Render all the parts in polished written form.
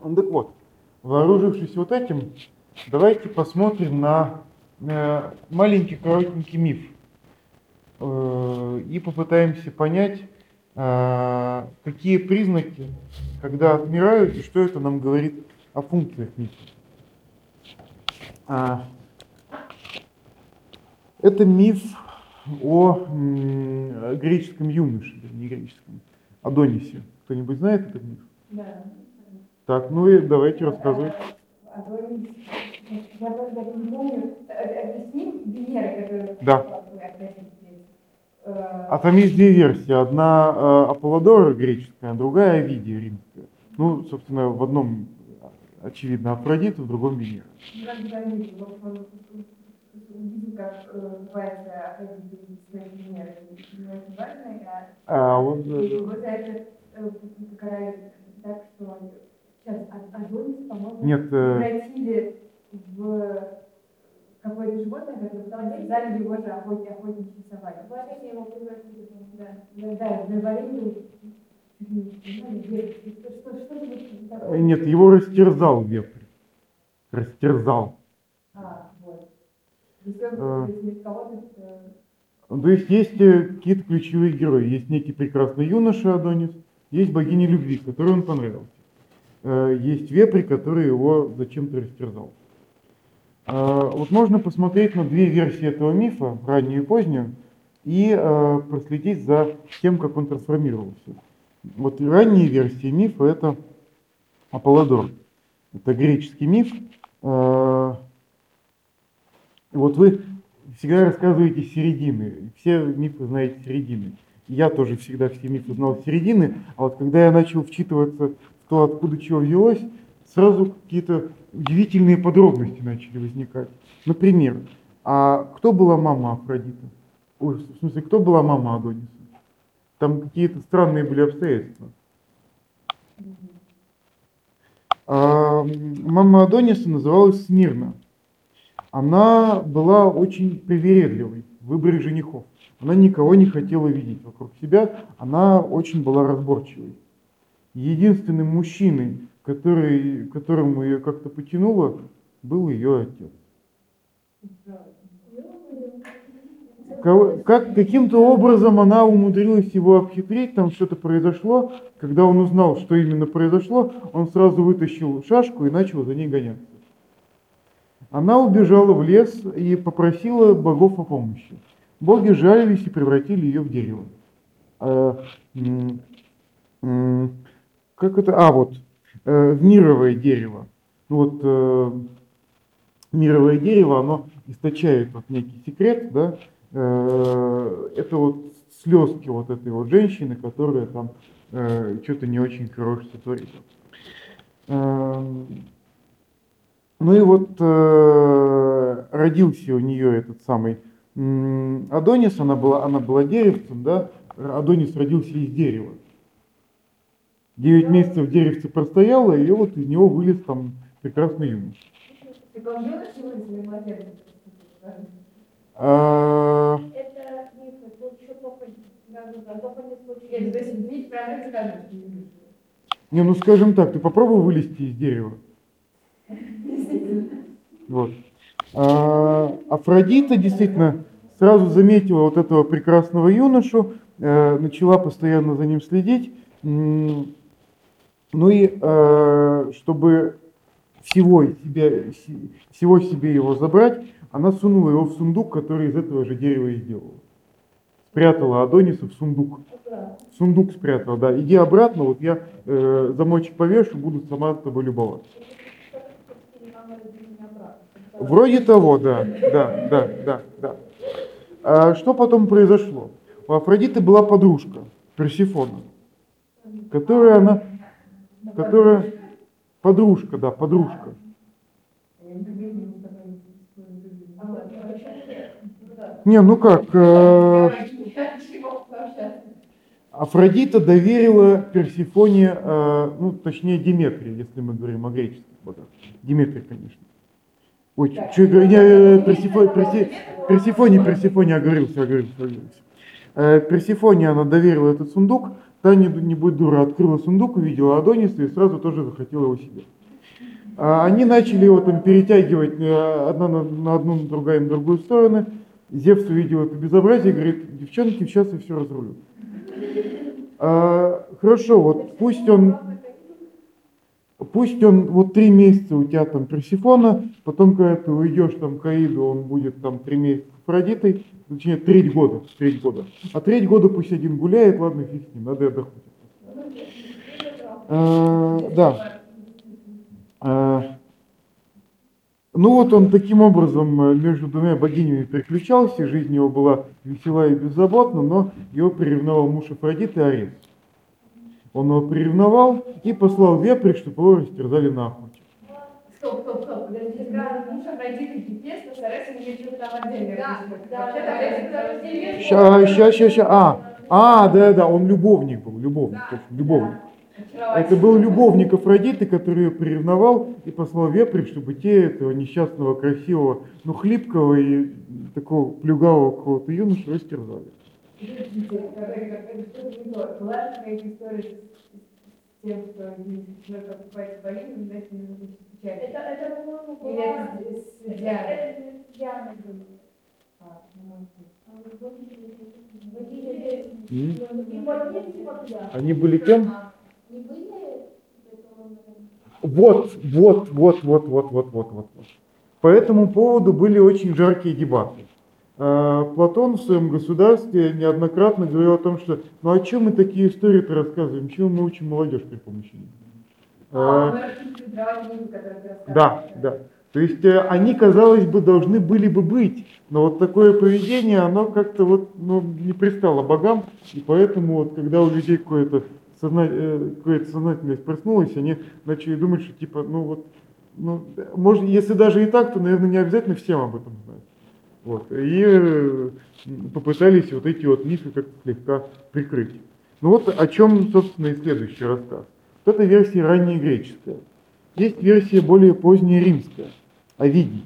Ну так вот, вооружившись вот этим, давайте посмотрим на маленький коротенький миф и попытаемся понять, какие признаки, когда отмирают, и что это нам говорит о функциях мифа. Это миф о греческом юноше, не греческом, Адонисе. Кто-нибудь знает этот миф? Да. Так, ну и давайте рассказывать. Адонис, я просто не помню, это с ним Венера, которая... Да. А там есть две версии. Одна Аполлодора греческая, а другая Овидия римская. Ну, собственно, в одном, очевидно, Афродита, в другом Венера. Увидел, как называется Афродита и Венера, не очень А важно. он... Вот это такая, так что сейчас Адонис, по-моему, Нет, превратили в какое-то животное, которое потом взяли его же охотничьи собаки. Вообще его превратили, да, говорили, Нет, его растерзал вепрь. Растерзал. Вот. То есть какие-то ключевые герои. Есть некий прекрасный юноша Адонис, есть богиня любви, которой он понравился. Есть вепрь, который его зачем-то растерзал. Вот можно посмотреть на две версии этого мифа, раннюю и позднюю, и проследить за тем, как он трансформировался. Вот ранние версии мифа — это Аполлодор. Это греческий миф. Вот вы всегда рассказываете середины. Все мифы знаете середины. Я тоже всегда все мифы знал середины, а вот когда я начал вчитываться в то, откуда чего взялось, сразу какие-то удивительные подробности начали возникать. Например, а кто была мама Афродиты? Ой, в смысле, кто была мама Адониса? Там какие-то странные были обстоятельства. Мама Адониса называлась Смирна. Она была очень привередливой в выборе женихов. Она никого не хотела видеть вокруг себя, она очень была разборчивой. Единственным мужчиной, которому ее как-то потянуло, был ее отец. Каким-то образом она умудрилась его обхитрить, там что-то произошло. Когда он узнал, что именно произошло, он сразу вытащил шашку и начал за ней гоняться. Она убежала в лес и попросила богов о помощи. Боги жалились и превратили ее в дерево. Как это? В мировое дерево. Мировое дерево, оно источает некий секрет, да? Это вот слезки вот этой вот женщины, которая там что-то не очень хорошее сотворила. Ну и вот родился у нее этот самый Адонис, она была деревцем, да? Адонис родился из дерева. 9 месяцев деревце простояло, и вот из него вылез там прекрасный юноша. Это еще Не, ну скажем так, ты попробуй вылезти из дерева. Вот. Афродита действительно сразу заметила вот этого прекрасного юношу, начала постоянно за ним следить. Ну и чтобы всего себе его забрать, она сунула его в сундук, который из этого же дерева и сделала. Спрятала Адониса в сундук. Сундук спрятала, да. Иди обратно, вот я замочек повешу, буду сама с тобой любоваться. Вроде того, да. А что потом произошло? У Афродиты была подружка, Персифона, которая подружка. Не, ну как, Афродита доверила Персифоне, точнее Диметрии, если мы говорим о греческих богах. Диметрий, конечно. Ой, что я говорю, Персифоне, оговорился. Персифоне она доверила этот сундук, та, не будь дура, открыла сундук, увидела Адониса и сразу тоже захотела его себе. Они начали его там перетягивать одна на одну, другая на другую сторону. Зевс увидел это безобразие и говорит: девчонки, сейчас я все разрулю. Хорошо, вот пусть он вот 3 месяца у тебя там Персифона, потом, когда ты уйдешь там к Аиду, он будет там 3 месяца с Афродитой, точнее, треть года. А треть года пусть один гуляет, ладно, фиг с ним, надо и отдохнуть. Да. Ну вот он таким образом между двумя богинями переключался, жизнь его была весела и беззаботна, но его приревновал муж Афродиты Арес. Он его приревновал и послал вепрь, чтобы его растерзали на охоте. Стоп. Подожди, муж Афродиты пипец, но с Аресом мне что-то там отдельно. Да, он любовник был, любовник. Это был любовник Афродиты, который ее приревновал и послал вепрь, чтобы те этого несчастного, красивого, но хлипкого и такого плюгавого какого-то юношу растерзали. Была же какая-то история с тем, что человек покупает богиню, значит, не нужно печать. Это, по-моему, была... Или это с Дианой было. Они были кем? Вот. По этому поводу были очень жаркие дебаты. Платон в своем государстве неоднократно говорил о том, что ну о чем мы такие истории-то рассказываем, чего мы учим молодежь при помощи них. Да. То есть они, казалось бы, должны были бы быть, но вот такое поведение, оно как-то вот, не пристало богам, и поэтому вот когда у людей какая-то сознательность проснулась, они начали думать, что типа, может, если даже и так, то, наверное, не обязательно всем об этом знать. Вот. И попытались вот эти вот мифы как-то слегка прикрыть. Ну вот о чем, собственно, и следующий рассказ. Вот это версия раннегреческая. Есть версия более поздняя римская, Овидий.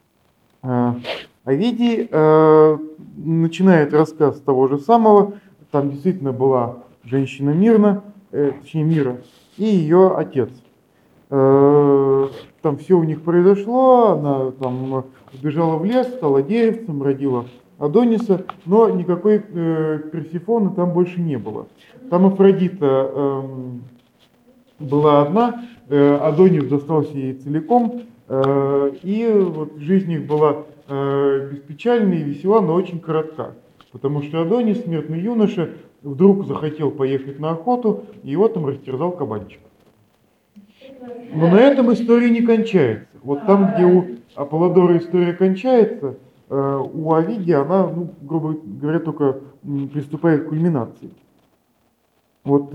Овидий начинает рассказ с того же самого. Там действительно была женщина Мира, и ее отец. Там все у них произошло, она там убежала в лес, стала деревцем, родила Адониса, но никакой Персифоны там больше не было. Там Афродита была одна, Адонис достался ей целиком, и вот жизнь их была беспечальная и весела, но очень коротка. Потому что Адонис, смертный юноша, вдруг захотел поехать на охоту, и его там растерзал кабанчик. Но на этом история не кончается. Вот там, где у Аполлодора история кончается, у Овидия она, грубо говоря, только приступает к кульминации. Вот,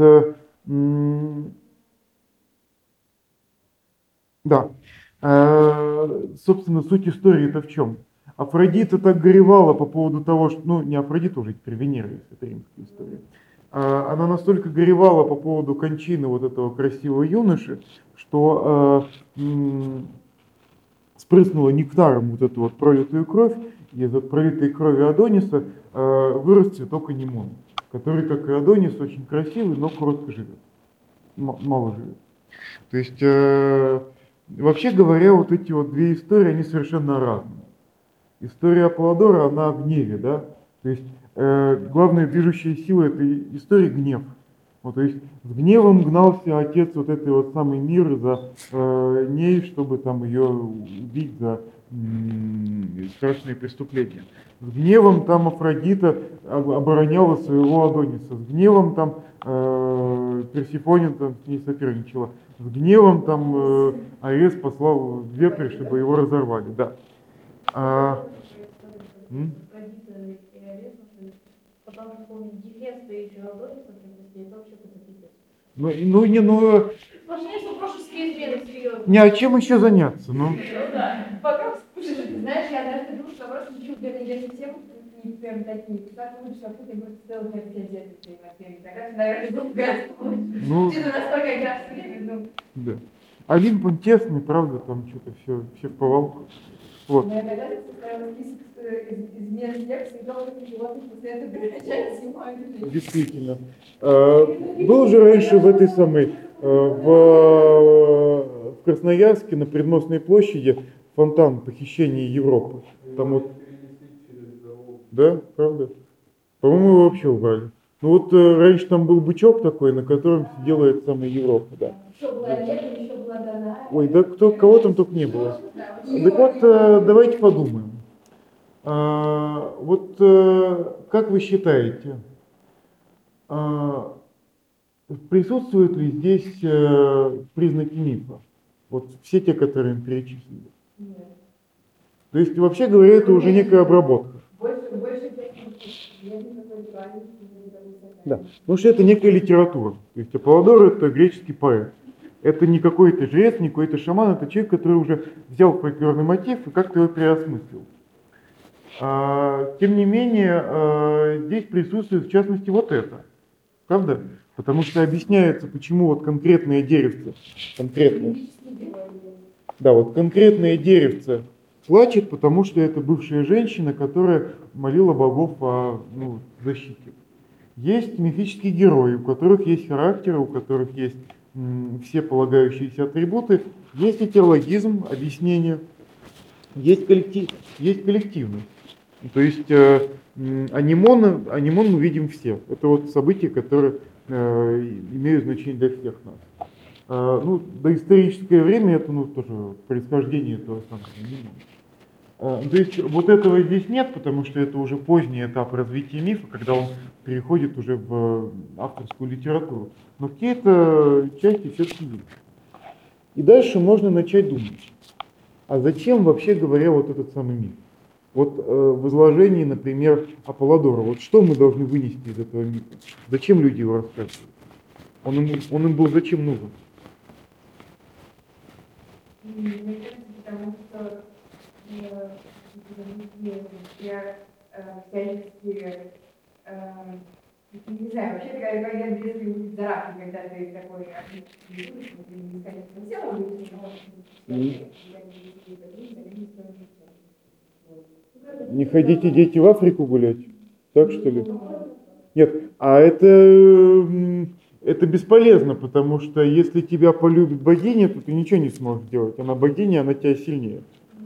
собственно, суть истории-то в чем? Афродита так горевала по поводу того, что, не Афродита уже, теперь Венера, если это римская история. Она настолько горевала по поводу кончины вот этого красивого юноши, что спрыснула нектаром вот эту вот пролитую кровь, и из от пролитой крови Адониса вырос цветок анимон, который, как и Адонис, очень красивый, но коротко живет, мало живет. То есть, вообще говоря, вот эти вот две истории, они совершенно разные. История Аполлодора, она о гневе, да, то есть главная движущая сила этой истории — гнев. Вот, то есть с гневом гнался отец вот этой вот самой Миры за ней, чтобы там ее убить за страшные преступления. С гневом там Афродита обороняла своего Адониса. С гневом там Персифоне там с ней соперничала. С гневом там Арес послал вепрь, чтобы его разорвали. Да. Потому что, помню, Гефеста и еще Адонис, это вообще пипец. Сложнее, что прошлые измены, серьезно. Не, а чем еще заняться? Да. Пока слушай, знаешь, я даже думаю, что просто ничего для систем не прям такие. Как лучше, а ты просто сделал для всех детей, тогда, наверное, другая. Что-то настолько игра в время, Да. Олимп он тесный, правда, там что-то все в повалку. Вот. Я когда-то составила список измен текста, и долго животных после этого превращались в мою. Действительно. Был же раньше в этой самой, в Красноярске на Предмостной площади фонтан похищения Европы. Там вот... Да, правда? По-моему, его вообще убрали. Ну вот раньше там был бычок такой, на котором сидела эта самая Европа, да. Еще была лето, еще была Дана. Ой, да кого там только не было. Так вот, давайте подумаем. Вот как вы считаете, присутствуют ли здесь признаки мифа? Вот все те, которые мы перечислили. Нет. То есть, вообще говоря, это уже некая обработка. Больше Да, потому что это некая литература. То есть Аполлодор — это греческий поэт. Это не какой-то жрец, не какой-то шаман, это человек, который уже взял фольклорный мотив и как-то его переосмыслил. Тем не менее, здесь присутствует в частности вот это. Правда? Потому что объясняется, почему вот конкретное деревце, конкретное деревце плачет, потому что это бывшая женщина, которая молила богов о защите. Есть мифические герои, у которых есть характеры, у которых есть все полагающиеся атрибуты, есть этиологизм, объяснение, есть коллективность. То есть анимон мы видим все. Это вот события, которые имеют значение для всех нас. Доисторическое время — это тоже происхождение этого самого анимона. То есть вот этого здесь нет, потому что это уже поздний этап развития мифа, когда он переходит уже в авторскую литературу. Но какие-то части все-таки есть. И дальше можно начать думать, а зачем вообще говоря вот этот самый миф? Вот в изложении, например, Аполлодора, вот что мы должны вынести из этого мифа? Зачем люди его рассказывают? Он им был зачем нужен? Мне кажется, потому что я всячески, не знаю, вообще, когда я в детстве увидела Зарафи, когда ты такой не ходите, дети, в Африку гулять? Так что ли? Нет, это бесполезно, потому что если тебя полюбит богиня, то ты ничего не сможешь сделать. Она богиня, она тебя сильнее.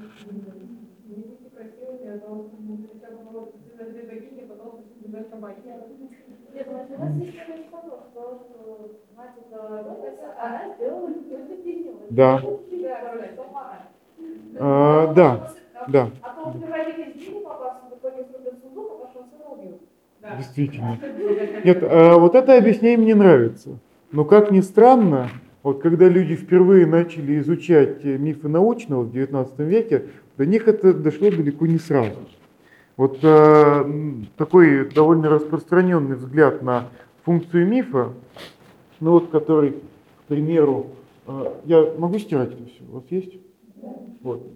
Да. Да. Действительно. Нет, вот это объяснение мне нравится. Но как ни странно, вот когда люди впервые начали изучать мифы научного в XIX веке, до них это дошло далеко не сразу. Вот такой довольно распространенный взгляд на функцию мифа, который, к примеру, я могу стирать это все? У вас есть? Вот.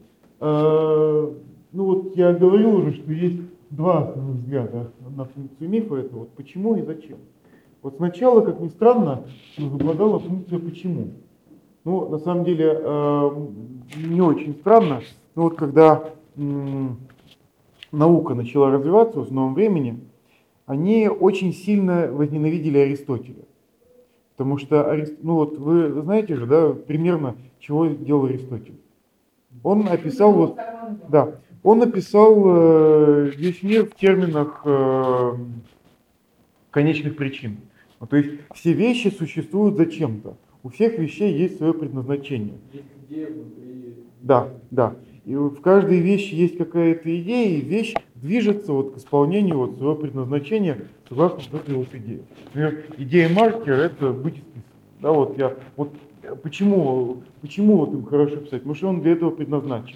Я говорил уже, что есть два основных взгляда на функцию мифа. Это вот почему и зачем. Вот сначала, как ни странно, возобладала функция почему. На самом деле, не очень странно, но вот когда наука начала развиваться в новом времени, они очень сильно возненавидели Аристотеля. Потому что, вы знаете же, да, примерно, чего делал Аристотель. Он описал, весь мир в терминах конечных причин. То есть все вещи существуют зачем-то. У всех вещей есть свое предназначение. Да. И в каждой вещи есть какая-то идея, и вещь движется к исполнению своего предназначения согласно этой идее. Например, идея Маркера — это быть исписанным. Да, почему им хорошо писать? Потому что он для этого предназначен.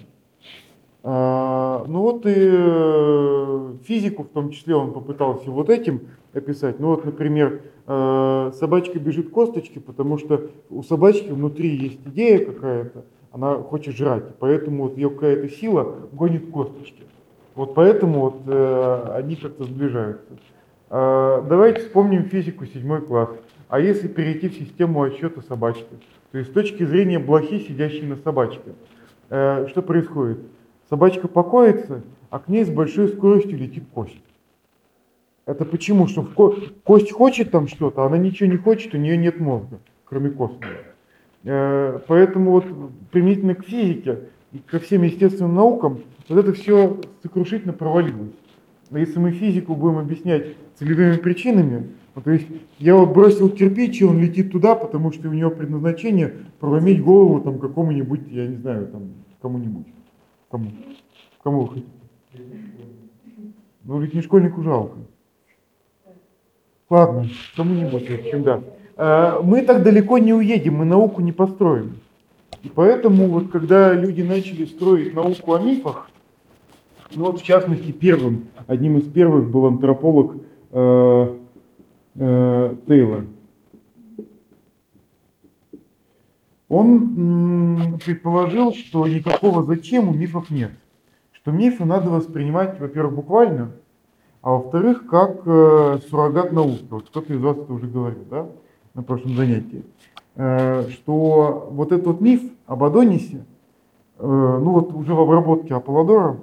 И физику в том числе он попытался вот этим описать. Например, собачка бежит к косточке, потому что у собачки внутри есть идея какая-то, она хочет жрать, поэтому ее какая-то сила гонит к косточке. Поэтому они как-то сближаются. Давайте вспомним физику 7 класс. А если перейти в систему отсчета собачки, то есть с точки зрения блохи, сидящей на собачке, что происходит? Собачка покоится, а к ней с большой скоростью летит кость. Это почему? Что кость хочет там что-то, а она ничего не хочет, у нее нет мозга, кроме космоса. Поэтому вот применительно к физике и ко всем естественным наукам вот это все сокрушительно провалилось. Но если мы физику будем объяснять целевыми причинами, то есть я вот бросил кирпич, и он летит туда, потому что у него предназначение проломить голову там какому-нибудь, я не знаю, там кому-нибудь. Кому вы хотите? Ну ведь не школьнику жалко. Ладно, кому-нибудь, в общем, да. Мы так далеко не уедем, мы науку не построим. И поэтому, вот, когда люди начали строить науку о мифах, ну вот в частности одним из первых был антрополог Тейлор. Он предположил, что никакого зачем у мифов нет. Что мифы надо воспринимать, во-первых, буквально, а во-вторых, как суррогат науки. Вот кто-то из вас это уже говорил, да, на прошлом занятии. Что вот этот вот миф об Адонисе, ну вот уже в обработке Аполлодора,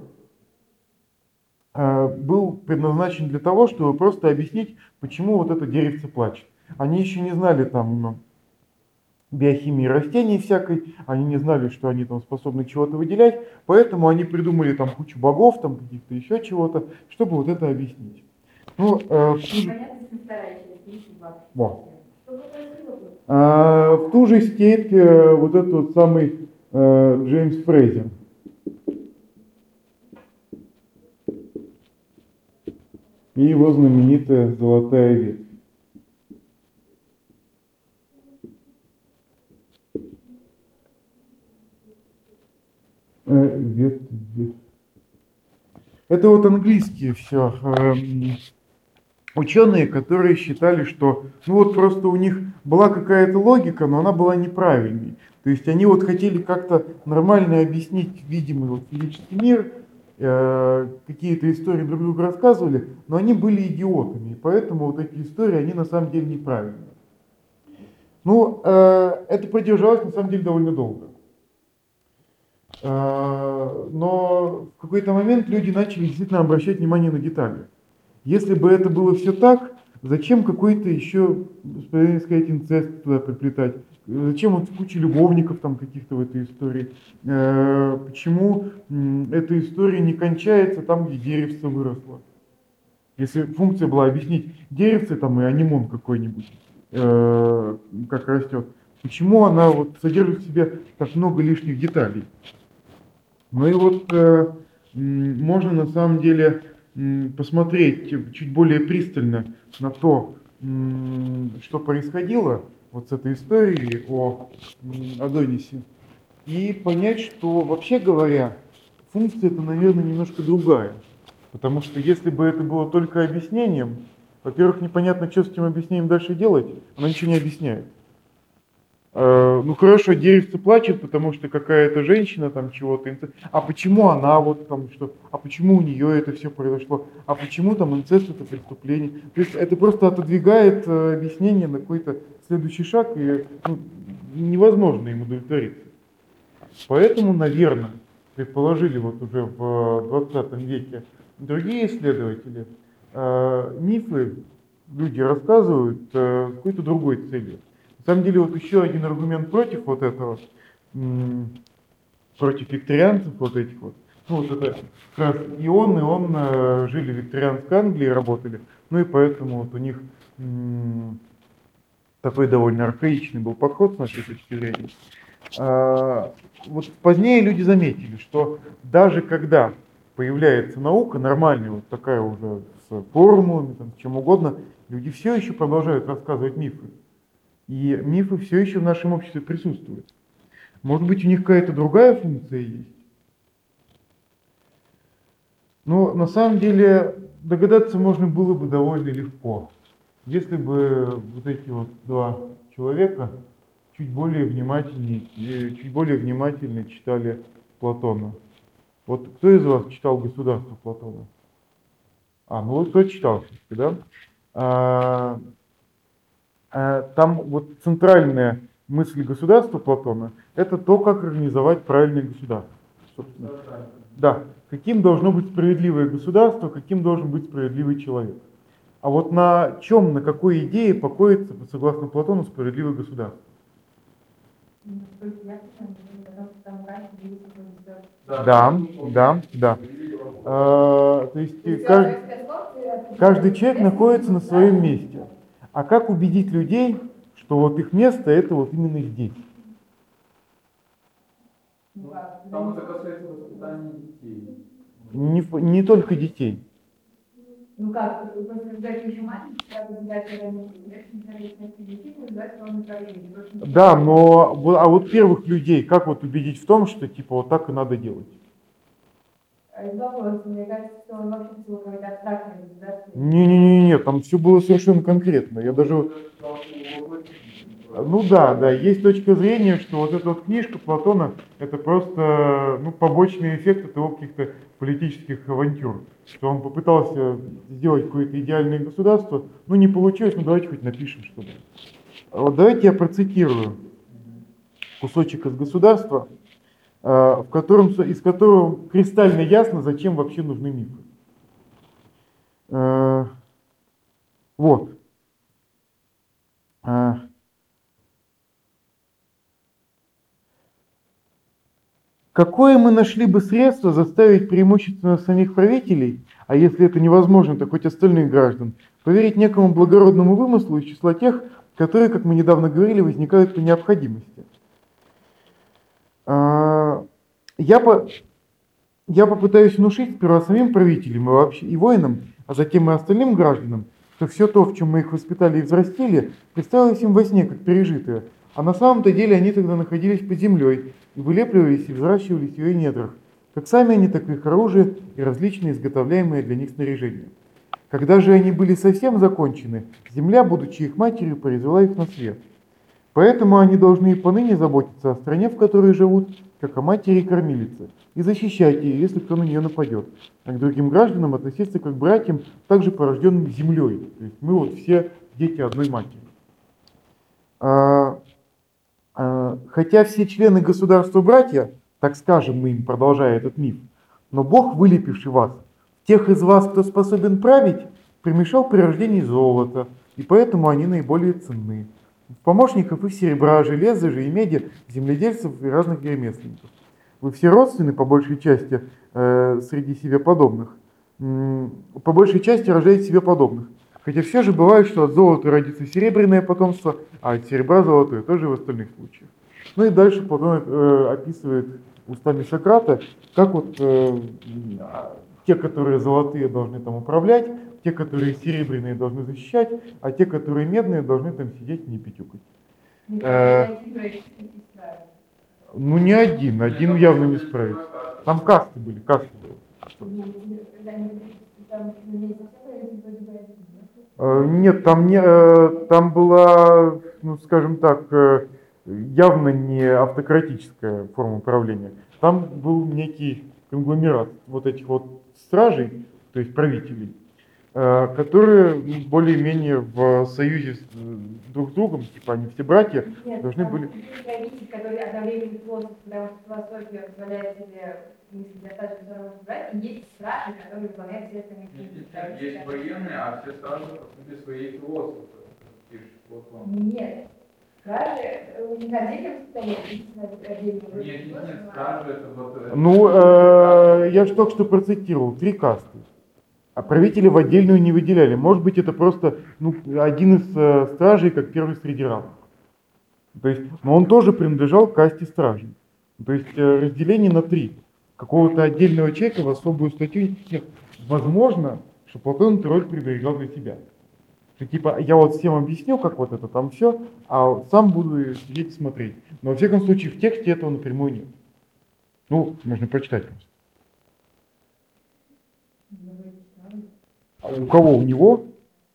был предназначен для того, чтобы просто объяснить, почему вот это деревце плачет. Они еще не знали там биохимии растений всякой, они не знали, что они там способны чего-то выделять, поэтому они придумали там кучу богов, там каких-то еще чего-то, чтобы вот это объяснить. Ну, в ту же степь вот этот вот самый Джеймс Фрейзер. И его знаменитая золотая ветвь. Это вот английские все ученые, которые считали, что ну вот просто у них была какая-то логика, но она была неправильной. То есть они вот хотели как-то нормально объяснить видимый вот физический мир, какие-то истории друг другу рассказывали, но они были идиотами, и поэтому вот эти истории, они на самом деле неправильные. Ну, это продержалось на самом деле довольно долго. Но в какой-то момент люди начали действительно обращать внимание на детали. Если бы это было все так, зачем какой-то еще, сказать, инцест туда приплетать? Зачем вот куча любовников там каких-то в этой истории? Почему эта история не кончается там, где деревце выросло? Если функция была объяснить деревце там и анимон какой-нибудь, как растет, почему она вот содержит в себе так много лишних деталей? Ну и вот можно на самом деле посмотреть чуть более пристально на то, что происходило вот с этой историей о Адонисе, и понять, что вообще говоря, функция это, наверное, немножко другая. Потому что если бы это было только объяснением, во-первых, непонятно, что с этим объяснением дальше делать, она ничего не объясняет. Ну хорошо, деревце плачет, потому что какая-то женщина там чего-то, а почему она вот там что, а почему у нее это все произошло, а почему там инцест это преступление. То есть это просто отодвигает объяснение на какой-то следующий шаг, и невозможно им удовлетвориться. Поэтому, наверное, предположили вот уже в 20 веке другие исследователи, мифы люди рассказывают с какой-то другой целью. На самом деле, вот еще один аргумент против вот этого, против викторианцев вот этих вот, ну вот это как раз ионы, жили в викторианской Англии, работали, ну и поэтому вот у них такой довольно архаичный был подход с нашей точки зрения. Вот позднее люди заметили, что даже когда появляется наука, нормальная, вот такая уже с формулами, там, с чем угодно, люди все еще продолжают рассказывать мифы. И мифы все еще в нашем обществе присутствуют. Может быть, у них какая-то другая функция есть? Но на самом деле догадаться можно было бы довольно легко, если бы вот эти вот два человека чуть более внимательно читали Платона. Вот кто из вас читал «Государство» Платона? Ну вот кто читал, да? Там вот центральная мысль государства Платона — это то, как организовать правильное государство. Собственно. Да, каким должно быть справедливое государство, каким должен быть справедливый человек. А вот на чем, на какой идее покоится, согласно Платону, справедливое государство? Да. То есть каждый человек находится на своем месте. А как убедить людей, что вот их место это вот именно здесь? Там это касается воспитания детей. Не только детей. Ну как, когда еще маленький, сразу задать Да, но а вот первых людей как вот убедить в том, что типа вот так и надо делать? Мне кажется, что он вообще был какой-то абстрактный государство. Не, там все было совершенно конкретно. Я даже... Ну да, есть точка зрения, что вот эта вот книжка Платона это просто побочный эффект от его каких-то политических авантюр. Что он попытался сделать какое-то идеальное государство, не получилось, давайте хоть напишем, что ли. Вот давайте я процитирую кусочек из «Государства», из которого кристально ясно, зачем вообще нужны мифы. Вот. Какое мы нашли бы средство заставить преимущественно самих правителей, а если это невозможно, то хоть остальных граждан, поверить некому благородному вымыслу из числа тех, которые, как мы недавно говорили, возникают по необходимости? Я попытаюсь внушить сперва самим правителям и воинам, а затем и остальным гражданам, что все то, в чем мы их воспитали и взрастили, представилось им во сне как пережитое, а на самом-то деле они тогда находились под землей и вылепливались и взращивались в ее недрах, как сами они, так и их оружие и различные изготовляемые для них снаряжения. Когда же они были совсем закончены, земля, будучи их матерью, произвела их на свет. Поэтому они должны и поныне заботиться о стране, в которой живут, как о матери и кормилице, и защищать ее, если кто на нее нападет, а к другим гражданам относиться как к братьям, также порожденным землей. То есть мы вот все дети одной матери. Хотя все члены государства братья, так скажем мы им, продолжая этот миф, но Бог, вылепивший вас, тех из вас, кто способен править, примешал при рождении золото, и поэтому они наиболее ценны. В помощников и серебра, железа же и меди, земледельцев и разных ремесленников. Вы все родственны по большей части среди себе подобных. По большей части рождаете себе подобных. Хотя все же бывает, что от золота родится серебряное потомство, а от серебра золотое тоже в остальных случаях. Ну и дальше Платон описывает устами Сократа, как вот те, которые золотые, должны там управлять, те, которые серебряные, должны защищать, а те, которые медные, должны там сидеть и не пятюкать. Не один явно не справится. Там касты были. Нет, там была, скажем так, явно не автократическая форма управления. Там был некий конгломерат вот этих вот стражей, то есть правителей, которые более-менее в союзе друг с другом, типа они все братья, должны были... Правитель, который одновременно философ, потому что философия позволяет себе мысли достаточно здорово брать, и есть стражи, которые выполняют все это мысли. Есть военные, а все стражи по своей философы, пишет Платон. Нет. Стражи у них отдельно стоят, Нет, стражи это вот... Я же только что процитировал 3 касты. А правители в отдельную не выделяли. Может быть, это просто один из стражей, как первый среди равных. То есть, но он тоже принадлежал к касте стражей. То есть разделение на 3. Какого-то отдельного человека в особую статью нет. Возможно, что Платон эту роль приберегал для себя. Что типа я вот всем объясню, как вот это там все, а сам буду сидеть и смотреть. Но во всяком случае в тексте этого напрямую нет. Можно прочитать просто. А у кого? У него?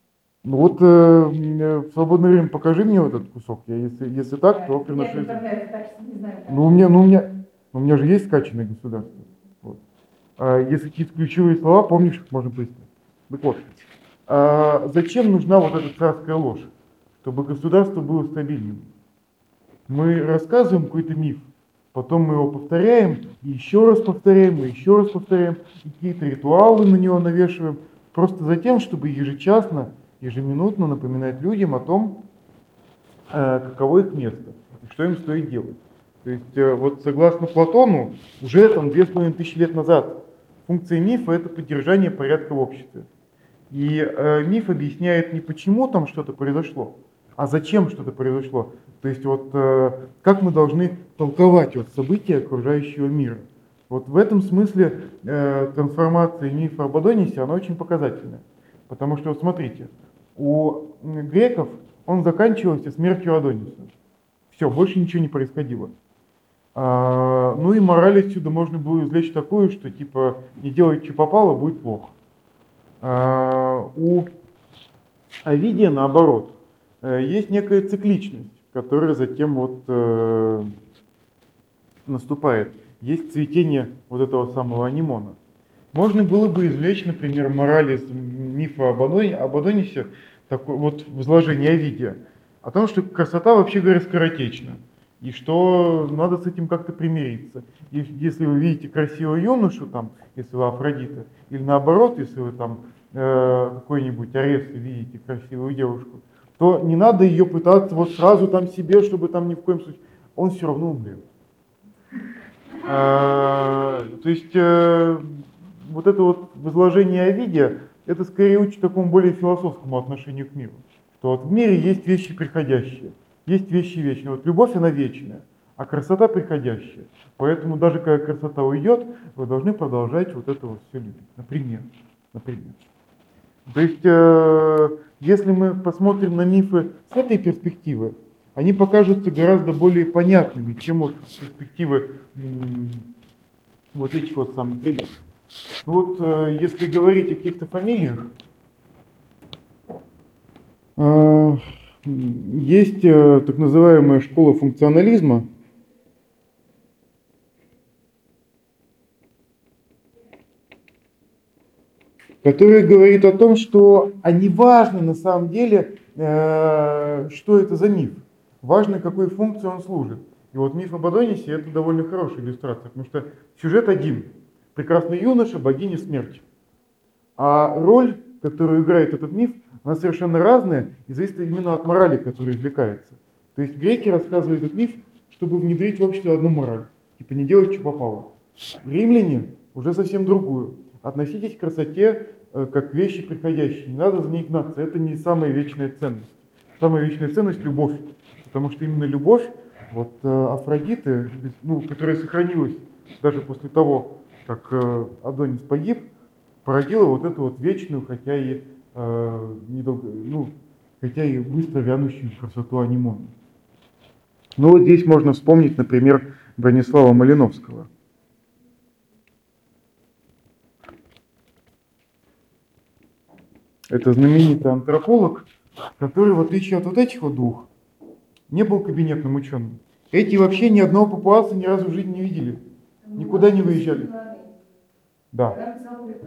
В свободное время покажи мне вот этот кусок. Если так, то приношу. У меня же есть скачанное государство. Вот. Если какие-то ключевые слова, помнишь, их можно поискать. Так вот. Зачем нужна вот эта царская ложь? Чтобы государство было стабильным. Мы рассказываем какой-то миф, Потом мы его повторяем, и еще раз повторяем, и еще раз повторяем, и какие-то ритуалы на него навешиваем, просто за тем, чтобы ежечасно, ежеминутно напоминать людям о том, каково их место, и что им стоит делать. То есть вот согласно Платону, уже там 2500 лет назад функция мифа — это поддержание порядка в обществе. И миф объясняет не почему там что-то произошло, а зачем что-то произошло. То есть вот как мы должны толковать вот события окружающего мира. Вот в этом смысле трансформация мифа об Адонисе, она очень показательная. Потому что вот смотрите, у греков он заканчивался смертью Адониса. Все, больше ничего не происходило. Ну и мораль отсюда можно было извлечь такую, что типа не делай, что попало, будет плохо. У Овидия наоборот. Есть некая цикличность, которая затем вот наступает. Есть цветение вот этого самого анимона. Можно было бы извлечь, например, мораль из мифа об Адонисе, такое вот возложение Овидия, о том, что красота, вообще говоря, скоротечна, и что надо с этим как-то примириться. И если вы видите красивую юношу, там, если вы Афродита, или наоборот, если вы там какой-нибудь Арес видите красивую девушку, то не надо ее пытаться вот сразу там себе, чтобы там ни в коем случае, он все равно умрет. То есть вот это вот возложение Овидия, это скорее учит такому более философскому отношению к миру. Что вот в мире есть вещи приходящие, есть вещи вечные. Вот любовь, она вечная, а красота приходящая. Поэтому даже когда красота уйдет, вы должны продолжать вот это вот все любить. Например. То есть, если мы посмотрим на мифы с этой перспективы, они покажутся гораздо более понятными, чем вот перспективы вот этих вот самых ребят. Ну вот, если говорить о каких-то фамилиях, есть так называемая школа функционализма, которая говорит о том, что не важно на самом деле, что это за миф, важно, какой функции он служит. И вот миф об Адонисе — это довольно хорошая иллюстрация, потому что сюжет один. Прекрасный юноша, богиня смерти. А роль, которую играет этот миф, она совершенно разная и зависит именно от морали, которая извлекается. То есть греки рассказывают этот миф, чтобы внедрить в общество одну мораль. Типа не делать, что попало. Римляне уже совсем другую. Относитесь к красоте как к вещи приходящие. Не надо за ней гнаться. Это не самая вечная ценность. Самая вечная ценность — любовь. Потому что именно любовь, вот Афродиты, ну, которая сохранилась даже после того, как Адонис погиб, породила вот эту вот вечную, хотя и быстро вянущую красоту анимона. Ну вот здесь можно вспомнить, например, Бронислава Малиновского. Это знаменитый антрополог, который, в отличие от вот этих вот двух, не был кабинетным ученым. Эти вообще ни одного папуаса ни разу в жизни не видели. Никуда не выезжали. Да.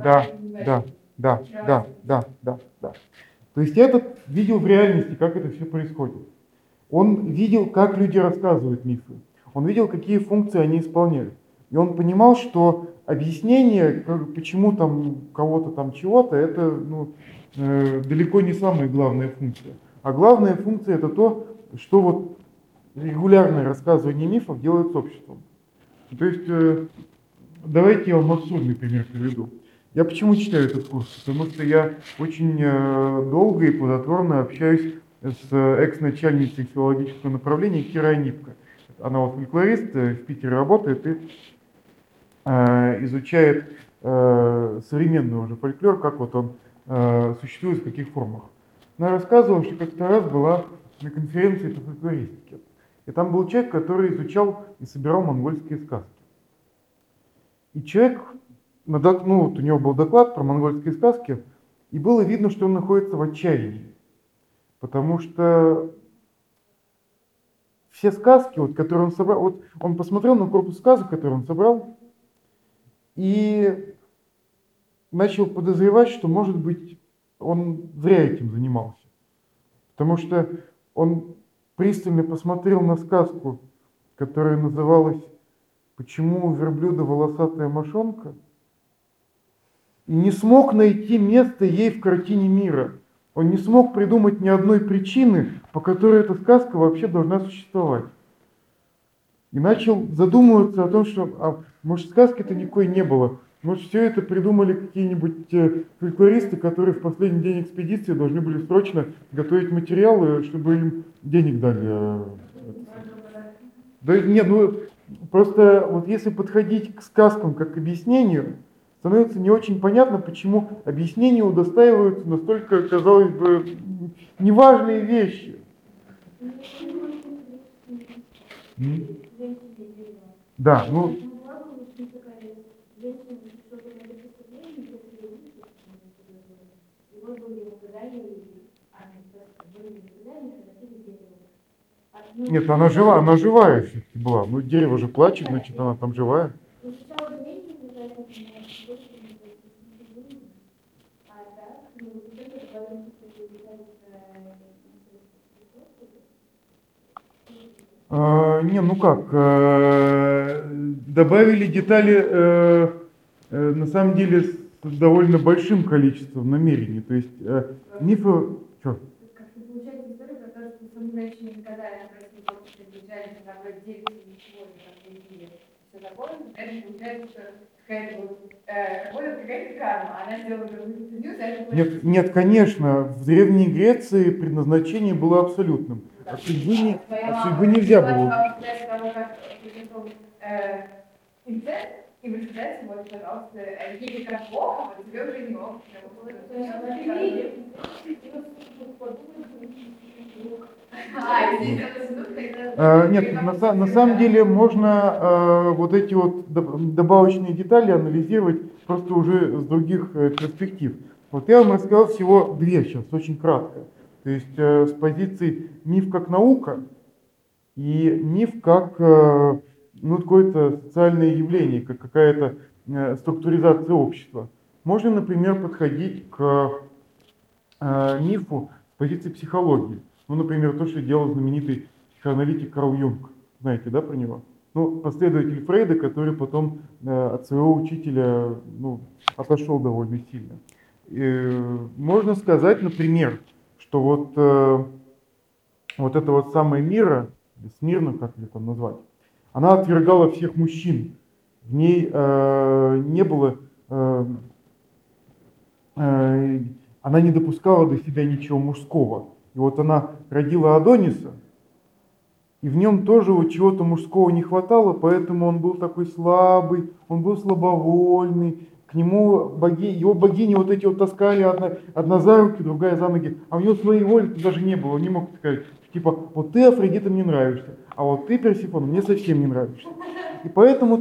То есть этот видел в реальности, как это все происходит. Он видел, как люди рассказывают мифы. Он видел, какие функции они исполняют. И он понимал, что объяснение, почему там кого-то там чего-то, это далеко не самая главная функция. А главная функция — это то, что вот регулярное рассказывание мифов делает с обществом. То есть, давайте я вам абсурдный пример приведу. Я почему читаю этот курс? Потому что я очень долго и плодотворно общаюсь с экс-начальницей филологического направления Кирой Анипко. Она вот фольклорист, в Питере работает и изучает современный уже фольклор, как вот он существует, в каких формах. Она рассказывала, что как-то раз была на конференции по фольклористике. И там был человек, который изучал и собирал монгольские сказки. И человек, у него был доклад про монгольские сказки, и было видно, что он находится в отчаянии. Потому что все сказки, вот, которые он собрал, вот он посмотрел на корпус сказок, который он собрал, и начал подозревать, что, может быть, он зря этим занимался. Потому что он пристально посмотрел на сказку, которая называлась почему у верблюда волосатая мошонка, и не смог найти место ей в картине мира. Он не смог придумать ни одной причины, по которой эта сказка вообще должна существовать. И начал задумываться о том, что, может, сказки-то никакой не было. Может, все это придумали какие-нибудь фольклористы, которые в последний день экспедиции должны были срочно готовить материалы, чтобы им денег дали. Да нет, ну просто вот если подходить к сказкам как к объяснению, становится не очень понятно, почему объяснения удостаиваются настолько, казалось бы, неважные вещи. Да, ну... Нет, она живая все-таки была. Ну, дерево же плачет, значит, она там живая. Не, ну как, добавили детали, на самом деле, с довольно большим количеством намерений. То есть мифы... Что? Как-то получается история про то, что саму женщину никогда не просили, что бежали, когда вроде девять ничего не все такое. Это получается, что какая-то карма. Она сделала какую-то. Нет, конечно, в Древней Греции предназначение было абсолютным. От судьбы нельзя было. И вы сказали, вот, пожалуйста, если как плохо, то тебе уже не ок. Нет, на самом деле можно вот эти вот добавочные детали анализировать просто уже с других перспектив. Вот я вам рассказал всего две сейчас, очень кратко. То есть с позиции миф как наука и миф как какое-то социальное явление, как какая-то структуризация общества. Можно, например, подходить к мифу с позиции психологии. Ну, например, то, что делал знаменитый психоаналитик Карл Юнг. Знаете, да, про него? Ну, последователь Фрейда, который потом от своего учителя отошел довольно сильно. Можно сказать, например, что вот это вот самое Мира, Смирна, как ее там назвать, она отвергала всех мужчин. В ней не было, она не допускала до себя ничего мужского. И вот она родила Адониса, и в нем тоже вот чего-то мужского не хватало, поэтому он был такой слабый, он был слабовольный. К нему его богини вот эти вот таскали одна за руки, другая за ноги, а у него своей воли даже не было, он не мог сказать, типа, вот ты, Афродита, мне нравишься, а вот ты, Персифона, мне совсем не нравишься. И поэтому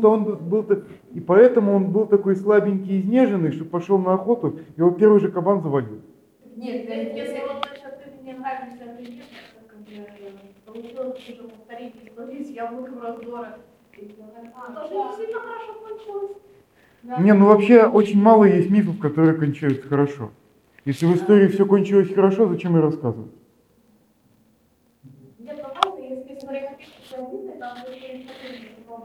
он был такой слабенький, изнеженный, что пошел на охоту, его первый же кабан завалил. Нет, если вот ты мне нравишься, ты нет, получилось уже повторить историю с яблоком раздора. Тоже не сильно хорошо получилось. Не, ну вообще очень мало есть мифов, которые кончаются хорошо. Если в истории все кончилось хорошо, зачем ее рассказывать? Нет, ну если смотреть, что там